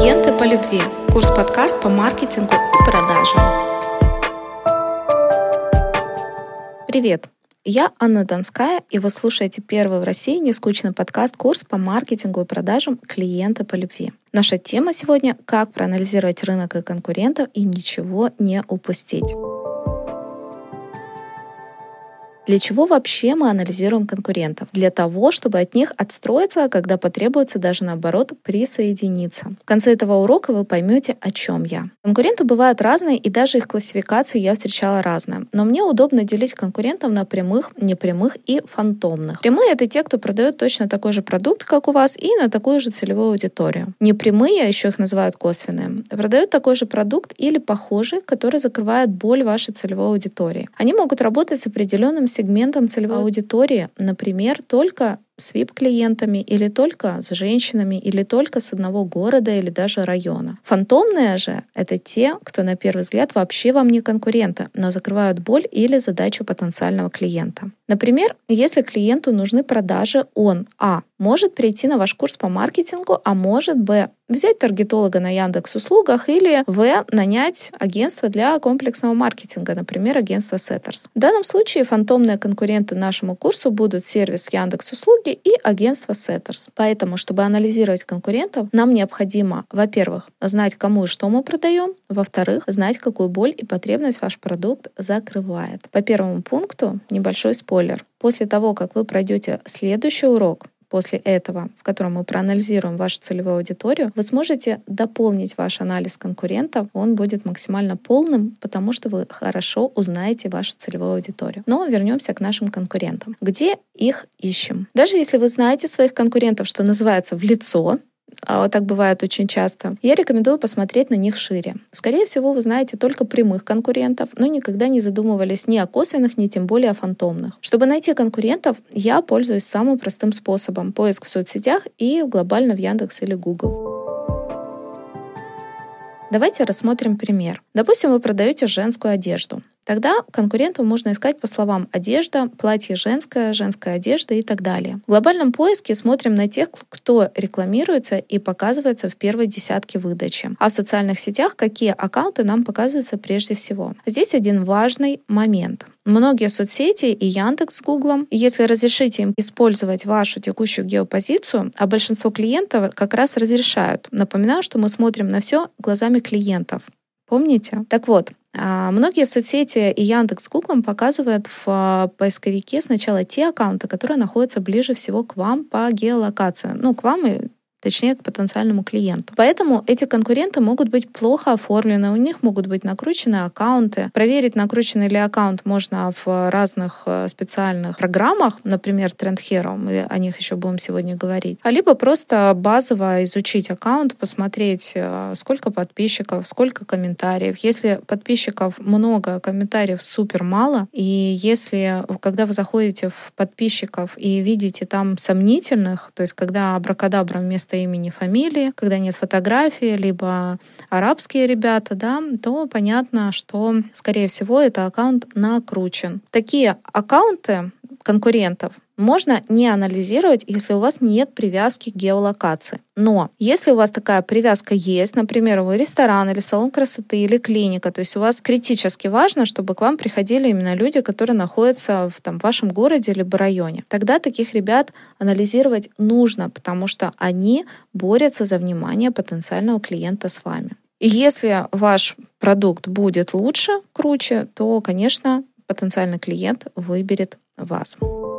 Клиенты по любви. Курс-подкаст по маркетингу и продажам. Привет! Я Анна Донская, и вы слушаете первый в России нескучный подкаст-курс по маркетингу и продажам «Клиенты по любви». Наша тема сегодня — как проанализировать рынок и конкурентов и ничего не упустить. Для чего вообще мы анализируем конкурентов? Для того, чтобы от них отстроиться, когда потребуется даже наоборот присоединиться. В конце этого урока вы поймете, о чем я. Конкуренты бывают разные, и даже их классификации я встречала разные. Но мне удобно делить конкурентов на прямых, непрямых и фантомных. Прямые — это те, кто продает точно такой же продукт, как у вас, и на такую же целевую аудиторию. Непрямые, еще их называют косвенные, продают такой же продукт или похожий, который закрывает боль вашей целевой аудитории. Они могут работать с определенным сегментом целевой аудитории, например, только с VIP-клиентами или только с женщинами, или только с одного города или даже района. Фантомные же — это те, кто на первый взгляд вообще вам не конкуренты, но закрывают боль или задачу потенциального клиента. Например, если клиенту нужны продажи, он может прийти на ваш курс по маркетингу, а может взять таргетолога на Яндекс.Услугах или нанять агентство для комплексного маркетинга, например, агентство Setters. В данном случае фантомные конкуренты нашему курсу будут сервис Яндекс.Услуги и агентство Setters. Поэтому, чтобы анализировать конкурентов, нам необходимо, во-первых, знать, кому и что мы продаем, во-вторых, знать, какую боль и потребность ваш продукт закрывает. По первому пункту небольшой спойлер. После того, как вы пройдете следующий урок, после этого, в котором мы проанализируем вашу целевую аудиторию, вы сможете дополнить ваш анализ конкурентов. Он будет максимально полным, потому что вы хорошо узнаете вашу целевую аудиторию. Но вернемся к нашим конкурентам. Где их ищем? Даже если вы знаете своих конкурентов, что называется, в лицо, а так бывает очень часто, я рекомендую посмотреть на них шире. Скорее всего, вы знаете только прямых конкурентов, но никогда не задумывались ни о косвенных, ни тем более о фантомных. Чтобы найти конкурентов, я пользуюсь самым простым способом — поиск в соцсетях и глобально в Яндекс или Google. Давайте рассмотрим пример. Допустим, вы продаете женскую одежду. Тогда конкурентов можно искать по словам «одежда», «платье женское», «женская одежда» и так далее. В глобальном поиске смотрим на тех, кто рекламируется и показывается в первой десятке выдачи. А в социальных сетях какие аккаунты нам показываются прежде всего. Здесь один важный момент. Многие соцсети и Яндекс с Гуглом, если разрешите им использовать вашу текущую геопозицию, а большинство клиентов как раз разрешают. Напоминаю, что мы смотрим на все глазами клиентов. Помните? Так вот, многие соцсети и Яндекс с Гуглом показывают в поисковике сначала те аккаунты, которые находятся ближе всего к вам по геолокации. К вам и точнее, к потенциальному клиенту. Поэтому эти конкуренты могут быть плохо оформлены, у них могут быть накручены аккаунты. Проверить, накрученный ли аккаунт, можно в разных специальных программах, например, Trend Hero, мы о них еще будем сегодня говорить. Либо просто базово изучить аккаунт, посмотреть, сколько подписчиков, сколько комментариев. Если подписчиков много, комментариев супер мало. И если, когда вы заходите в подписчиков и видите там сомнительных, то есть когда абракадабра вместо имени, фамилии, когда нет фотографии, либо арабские ребята, то понятно, что, скорее всего, это аккаунт накручен. Такие аккаунты конкурентов можно не анализировать, если у вас нет привязки к геолокации. Но если у вас такая привязка есть, например, вы ресторан или салон красоты или клиника, то есть у вас критически важно, чтобы к вам приходили именно люди, которые находятся в вашем городе либо районе, тогда таких ребят анализировать нужно, потому что они борются за внимание потенциального клиента с вами. И если ваш продукт будет лучше, круче, то, конечно, потенциальный клиент выберет вас.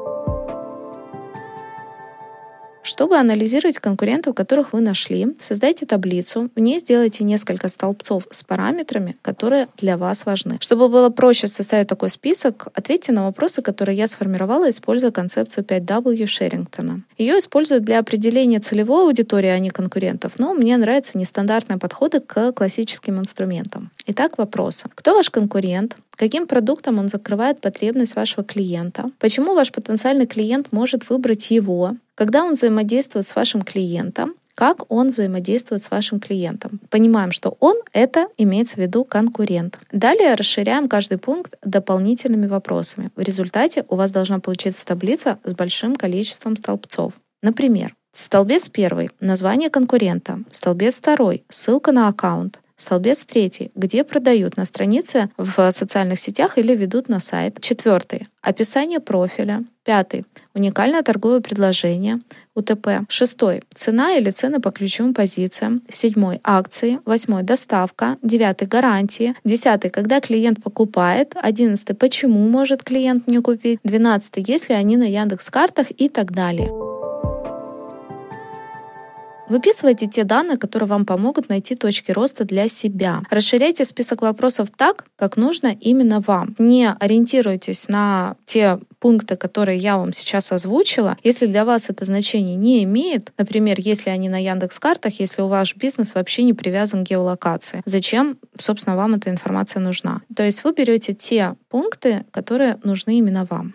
Чтобы анализировать конкурентов, которых вы нашли, создайте таблицу, в ней сделайте несколько столбцов с параметрами, которые для вас важны. Чтобы было проще составить такой список, ответьте на вопросы, которые я сформировала, используя концепцию 5W Шерингтона. Ее используют для определения целевой аудитории, а не конкурентов, но мне нравятся нестандартные подходы к классическим инструментам. Итак, вопросы. Кто ваш конкурент? Каким продуктом он закрывает потребность вашего клиента? Почему ваш потенциальный клиент может выбрать его? Когда он взаимодействует с вашим клиентом? Как он взаимодействует с вашим клиентом? Понимаем, что он — это имеется в виду конкурент. Далее расширяем каждый пункт дополнительными вопросами. В результате у вас должна получиться таблица с большим количеством столбцов. Например, Столбец 1 — название конкурента. Столбец 2 — ссылка на аккаунт. Столбец 3 — где продают, на странице в социальных сетях или ведут на сайт. 4 — описание профиля. 5 — уникальное торговое предложение, УТП. 6 — цена или цены по ключевым позициям. 7 — акции. 8 — доставка. 9 — гарантии. 10 — когда клиент покупает. 11 — почему может клиент не купить. 12 — если они на Яндекс.Картах и так далее. Выписывайте те данные, которые вам помогут найти точки роста для себя. Расширяйте список вопросов так, как нужно именно вам. Не ориентируйтесь на те пункты, которые я вам сейчас озвучила. Если для вас это значение не имеет, например, если они на Яндекс.Картах, если у ваш бизнес вообще не привязан к геолокации, зачем, собственно, вам эта информация нужна? То есть вы берете те пункты, которые нужны именно вам.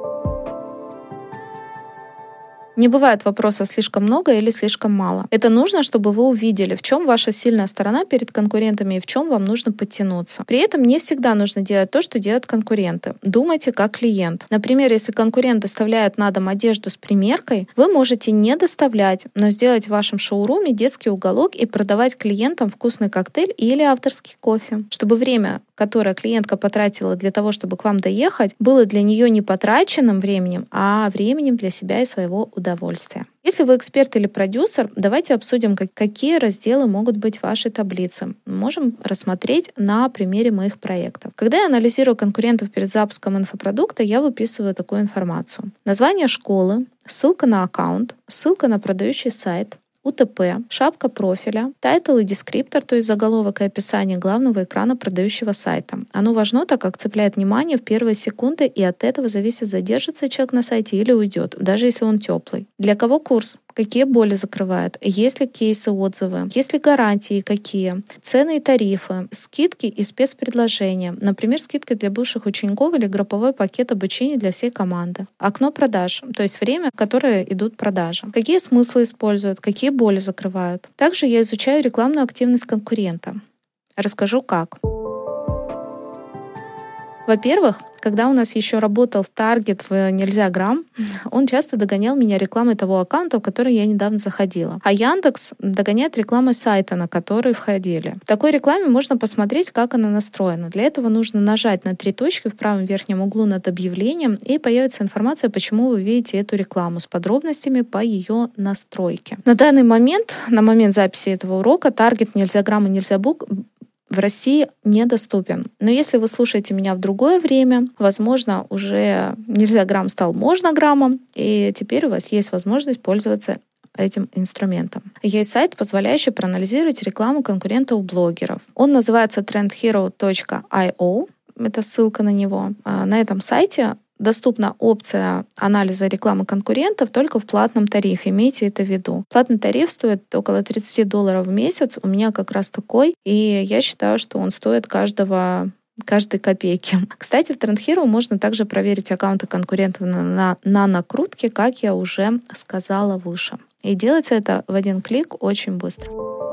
Не бывает вопросов слишком много или слишком мало. Это нужно, чтобы вы увидели, в чем ваша сильная сторона перед конкурентами и в чем вам нужно подтянуться. При этом не всегда нужно делать то, что делают конкуренты. Думайте как клиент. Например, если конкурент доставляет на дом одежду с примеркой, вы можете не доставлять, но сделать в вашем шоуруме детский уголок и продавать клиентам вкусный коктейль или авторский кофе, чтобы время, которое клиентка потратила для того, чтобы к вам доехать, было для нее не потраченным временем, а временем для себя и своего удовольствия. Если вы эксперт или продюсер, давайте обсудим, какие разделы могут быть в вашей таблице. Можем рассмотреть на примере моих проектов. Когда я анализирую конкурентов перед запуском инфопродукта, я выписываю такую информацию. Название школы, ссылка на аккаунт, ссылка на продающий сайт, УТП, шапка профиля, тайтл и дескриптор, то есть заголовок и описание главного экрана продающего сайта. Оно важно, так как цепляет внимание в первые секунды, и от этого зависит, задержится человек на сайте или уйдет, даже если он теплый. Для кого курс? Какие боли закрывает? Есть ли кейсы, отзывы? Есть ли гарантии, какие? Цены и тарифы, скидки и спецпредложения. Например, скидки для бывших учеников или групповой пакет обучения для всей команды. Окно продаж, то есть время, в которое идут продажи. Какие смыслы используют? Какие боли закрывают? Также я изучаю рекламную активность конкурента. Расскажу как. Во-первых, когда у нас еще работал Таргет в Нельзяграм, он часто догонял меня рекламой того аккаунта, в который я недавно заходила. А Яндекс догоняет рекламой сайта, на который входили. В такой рекламе можно посмотреть, как она настроена. Для этого нужно нажать на 3 точки в правом верхнем углу над объявлением, и появится информация, почему вы видите эту рекламу с подробностями по ее настройке. На данный момент, на момент записи этого урока, Таргет, Нельзяграм и Нельзябук в России недоступен. Но если вы слушаете меня в другое время, возможно, уже Нельзяграм стал Можнограммом, и теперь у вас есть возможность пользоваться этим инструментом. Есть сайт, позволяющий проанализировать рекламу конкурента у блогеров. Он называется trendhero.io. Это ссылка на него. На этом сайте доступна опция анализа рекламы конкурентов только в платном тарифе. Имейте это в виду. Платный тариф стоит около $30 в месяц. У меня как раз такой. И я считаю, что он стоит каждой копейки. Кстати, в TrendHero можно также проверить аккаунты конкурентов на накрутке, как я уже сказала выше. И делается это в один клик очень быстро.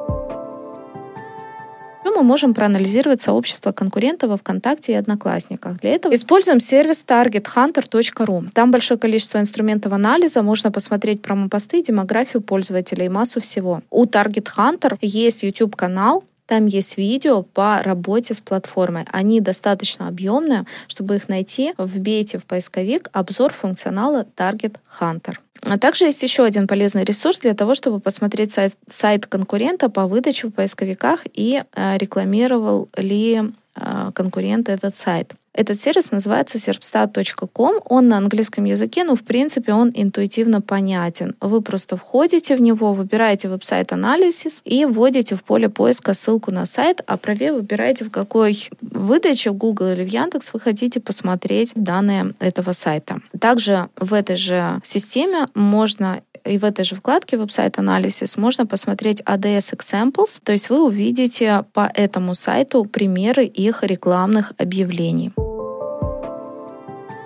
Мы можем проанализировать сообщество конкурентов во ВКонтакте и Одноклассниках. Для этого используем сервис targethunter.ru. Там большое количество инструментов анализа, можно посмотреть промопосты, демографию пользователей и массу всего. У Target Hunter есть YouTube-канал, там есть видео по работе с платформой. Они достаточно объемные, чтобы их найти. Вбейте в поисковик обзор функционала Target Hunter. А также есть еще один полезный ресурс для того, чтобы посмотреть сайт конкурента по выдаче в поисковиках и рекламировал ли конкурент этот сайт. Этот сервис называется serpstat.com. Он на английском языке, но в принципе он интуитивно понятен. Вы просто входите в него, выбираете веб-сайт анализис и вводите в поле поиска ссылку на сайт, а правее выбираете, в какой выдаче в Google или в Яндекс вы хотите посмотреть данные этого сайта. Также в этой же системе можно и в этой же вкладке веб-сайт анализис можно посмотреть ADS Examples, то есть вы увидите по этому сайту примеры их рекламных объявлений.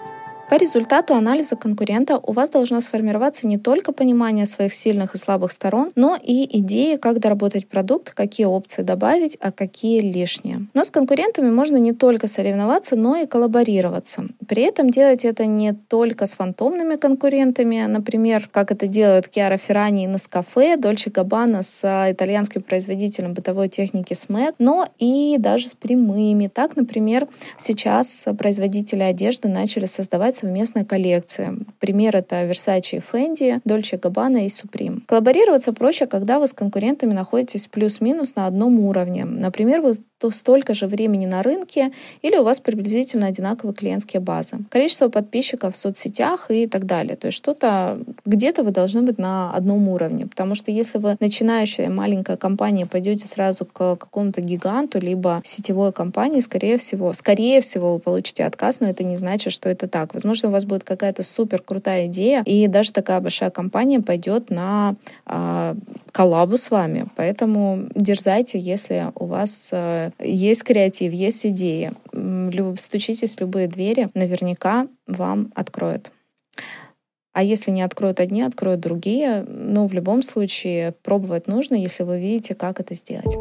По результату анализа конкурента у вас должно сформироваться не только понимание своих сильных и слабых сторон, но и идеи, как доработать продукт, какие опции добавить, а какие лишние. Но с конкурентами можно не только соревноваться, но и коллаборироваться. При этом делать это не только с фантомными конкурентами, например, как это делают Chiara Ferragni и Nescafé, Dolce Gabbana с итальянским производителем бытовой техники SMAC, но и даже с прямыми. Так, например, сейчас производители одежды начали создавать совместные коллекции. Пример — это Versace и Fendi, Dolce Gabbana и Supreme. Коллаборироваться проще, когда вы с конкурентами находитесь плюс-минус на одном уровне. Например, вы столько же времени на рынке или у вас приблизительно одинаковые клиентские базы, количество подписчиков в соцсетях и так далее. То есть что-то где-то вы должны быть на одном уровне, потому что если вы начинающая маленькая компания, пойдете сразу к какому-то гиганту либо сетевой компании, скорее всего вы получите отказ, но это не значит, что это так. Возможно, у вас будет какая-то супер крутая идея, и даже такая большая компания пойдет на коллабу с вами. Поэтому дерзайте, если у вас есть креатив, есть идеи. Стучитесь в любые двери, наверняка вам откроют. А если не откроют одни, откроют другие. Но в любом случае пробовать нужно, если вы видите, как это сделать.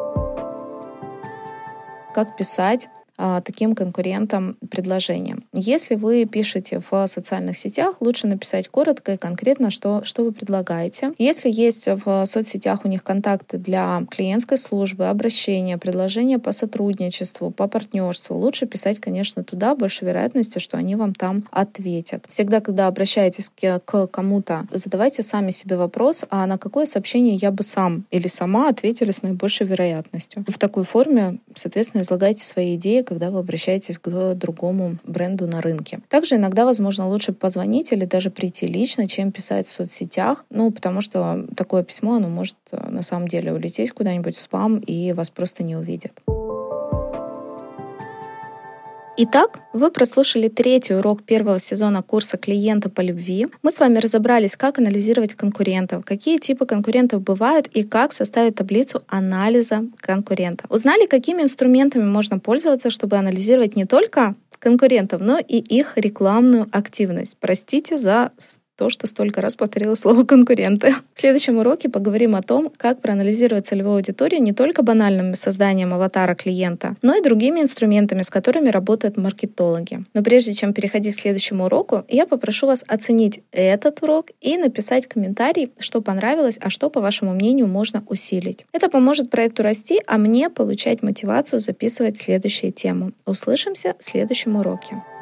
Как писать таким конкурентам предложения. Если вы пишете в социальных сетях, лучше написать коротко и конкретно, что вы предлагаете. Если есть в соцсетях у них контакты для клиентской службы, обращения, предложения по сотрудничеству, по партнерству, лучше писать, конечно, туда, больше вероятности, что они вам там ответят. Всегда, когда обращаетесь к кому-то, задавайте сами себе вопрос, а на какое сообщение я бы сам или сама ответили с наибольшей вероятностью. В такой форме, соответственно, излагайте свои идеи, когда вы обращаетесь к другому бренду на рынке. Также иногда, возможно, лучше позвонить или даже прийти лично, чем писать в соцсетях, потому что такое письмо, оно может на самом деле улететь куда-нибудь в спам, и вас просто не увидят. Итак, вы прослушали 3-й урок 1-го сезона курса «Клиенты по любви». Мы с вами разобрались, как анализировать конкурентов, какие типы конкурентов бывают и как составить таблицу анализа конкурентов. Узнали, какими инструментами можно пользоваться, чтобы анализировать не только конкурентов, но и их рекламную активность. Простите за то, что столько раз повторила слово «конкуренты». В следующем уроке поговорим о том, как проанализировать целевую аудиторию не только банальным созданием аватара клиента, но и другими инструментами, с которыми работают маркетологи. Но прежде чем переходить к следующему уроку, я попрошу вас оценить этот урок и написать комментарий, что понравилось, а что, по вашему мнению, можно усилить. Это поможет проекту расти, а мне получать мотивацию записывать следующие темы. Услышимся в следующем уроке.